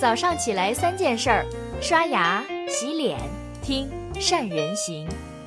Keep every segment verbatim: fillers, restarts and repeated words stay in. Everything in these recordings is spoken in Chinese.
早上起来三件事儿：刷牙、洗脸、听善人行。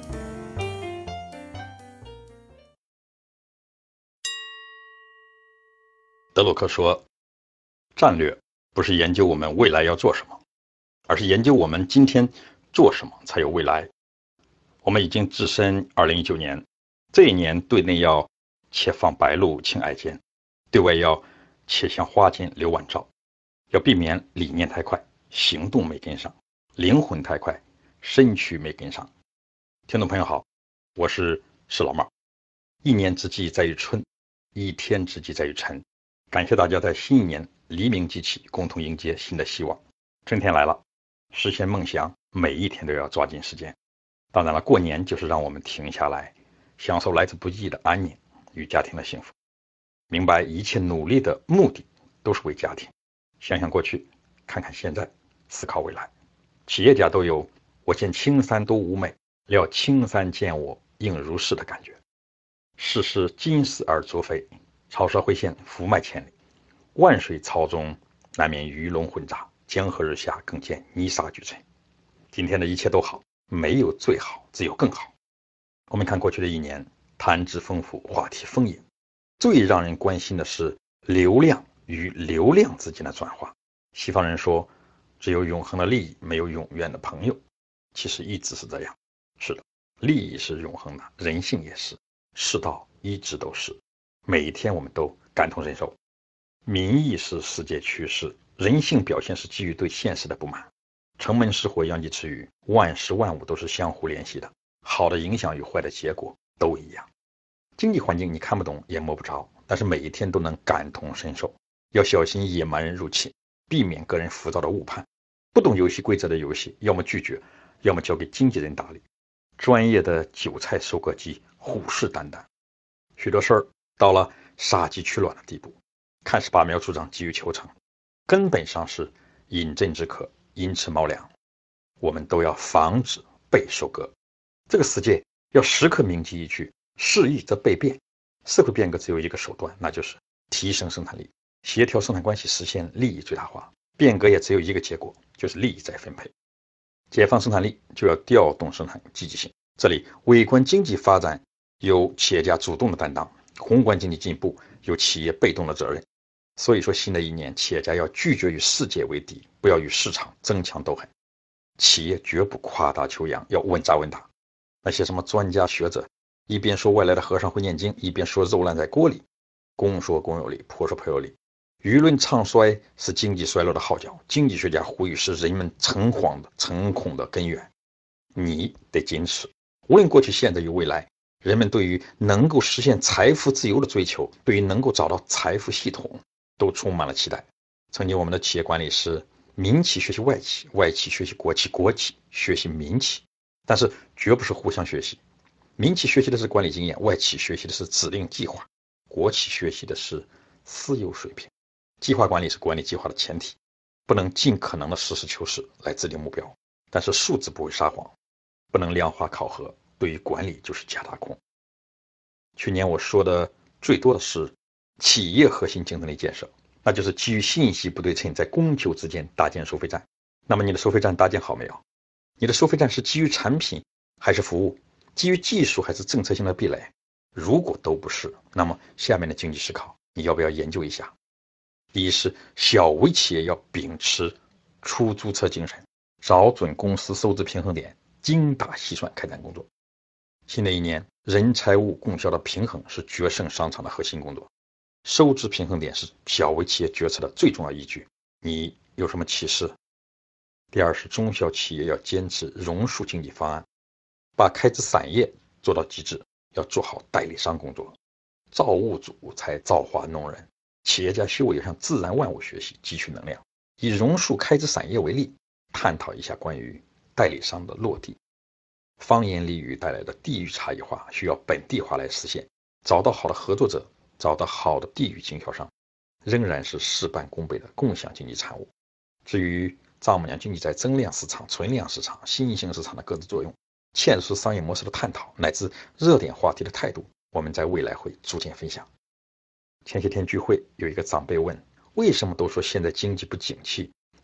德鲁克说，战略不是研究我们未来要做什么，而是研究我们今天做什么才有未来。我们已经置身二零一九年，这一年对内要且放白露请爱间，对外要且向花间留晚照，要避免理念太快，行动没跟上；灵魂太快，身躯没跟上。听众朋友好，我是石老帽。一年之计在于春，一天之计在于晨。感谢大家在新一年黎明即起，共同迎接新的希望。春天来了，实现梦想每一天都要抓紧时间。当然了，过年就是让我们停下来，享受来之不易的安宁与家庭的幸福，明白一切努力的目的都是为家庭。想想过去，看看现在，思考未来。企业家都有我见青山多妩媚，料青山见我应如是的感觉。世事今死而昨非，草蛇灰线，福脉千里。万水槽中难免鱼龙混杂，江河日下更见泥沙俱沉。今天的一切都好，没有最好，只有更好。我们看过去的一年，谈资丰富，话题丰盈，最让人关心的是流量与流量之间的转化。西方人说，只有永恒的利益，没有永远的朋友。其实一直是这样。是的，利益是永恒的，人性也是，世道一直都是。每一天我们都感同身受。民意是世界趋势，人性表现是基于对现实的不满。城门失火，殃及池鱼，万事万物都是相互联系的，好的影响与坏的结果都一样。经济环境你看不懂也摸不着，但是每一天都能感同身受。要小心野蛮人入侵，避免个人浮躁的误判。不懂游戏规则的游戏，要么拒绝，要么交给经纪人打理。专业的韭菜收割机虎视眈眈，许多事儿到了杀鸡取卵的地步，看似拔苗助长，急于求成，根本上是饮鸩止渴，寅吃卯粮。我们都要防止被收割。这个世界要时刻铭记一句：事易则倍变。社会变革只有一个手段，那就是提升生产力，协调生产关系，实现利益最大化。变革也只有一个结果，就是利益再分配。解放生产力就要调动生产积极性，这里微观经济发展由企业家主动的担当，宏观经济进步由企业被动的责任。所以说，新的一年，企业家要拒绝与世界为敌，不要与市场争强斗狠。企业绝不夸大求扬，要稳扎稳打。那些什么专家学者，一边说外来的和尚会念经，一边说肉烂在锅里，公说公有理，婆说婆有理。舆论唱衰是经济衰落的号角，经济学家呼吁是人们诚惶的诚恐的根源。你得坚持。无论过去、现在与未来，人们对于能够实现财富自由的追求，对于能够找到财富系统，都充满了期待。曾经我们的企业管理是民企学习外企，外企学习国企，国企学习民企，但是绝不是互相学习。民企学习的是管理经验，外企学习的是指令计划，国企学习的是私有水平。计划管理是管理计划的前提，不能尽可能的实事求是来制定目标，但是数字不会撒谎，不能量化考核，对于管理就是假大空。去年我说的最多的是企业核心竞争力建设，那就是基于信息不对称，在供求之间搭建收费站。那么你的收费站搭建好没有？你的收费站是基于产品还是服务？基于技术还是政策性的壁垒？如果都不是，那么下面的经济思考你要不要研究一下？第一是小微企业要秉持出租车精神，找准公司收支平衡点，精打细算开展工作。新的一年，人财物供销的平衡是决胜商场的核心工作，收支平衡点是小微企业决策的最重要依据。你有什么启示？第二是中小企业要坚持榕树经济方案，把开枝散叶做到极致，要做好代理商工作。造物主才造化弄人，企业家修为要向自然万物学习，汲取能量。以榕树开枝散叶为例，探讨一下关于代理商的落地。方言俚语带来的地域差异化需要本地化来实现，找到好的合作者，找到好的地域经销商，仍然是事半功倍的共享经济产物。至于丈母娘经济在增量市场、存量市场、新兴市场的各自作用，嵌入商业模式的探讨，乃至热点话题的态度，我们在未来会逐渐分享。前些天聚会，有一个长辈问，为什么都说现在经济不景气，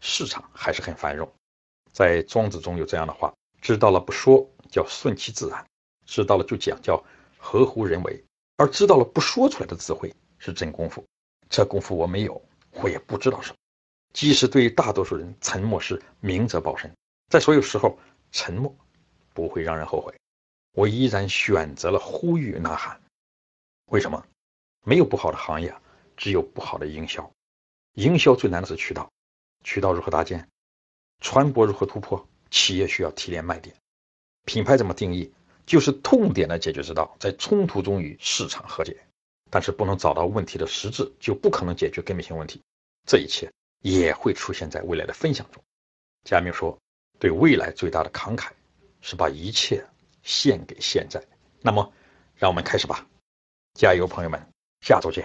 市场还是很繁荣。在庄子中有这样的话：知道了不说叫顺其自然，知道了就讲叫合乎人为，而知道了不说出来的智慧是真功夫。这功夫我没有，我也不知道什么。即使对大多数人，沉默是明哲保身，在所有时候，沉默不会让人后悔。我依然选择了呼吁呐喊。为什么？没有不好的行业，只有不好的营销。营销最难的是渠道，渠道如何搭建，传播如何突破，企业需要提炼卖点。品牌怎么定义，就是痛点的解决之道，在冲突中与市场和解。但是不能找到问题的实质，就不可能解决根本性问题。这一切也会出现在未来的分享中。加缪说，对未来最大的慷慨是把一切献给现在。那么让我们开始吧，加油朋友们，下周见。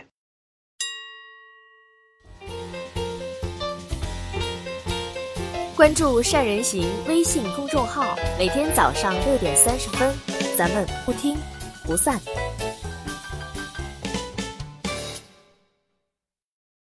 关注善人行微信公众号，每天早上六点三十分，咱们不听不散。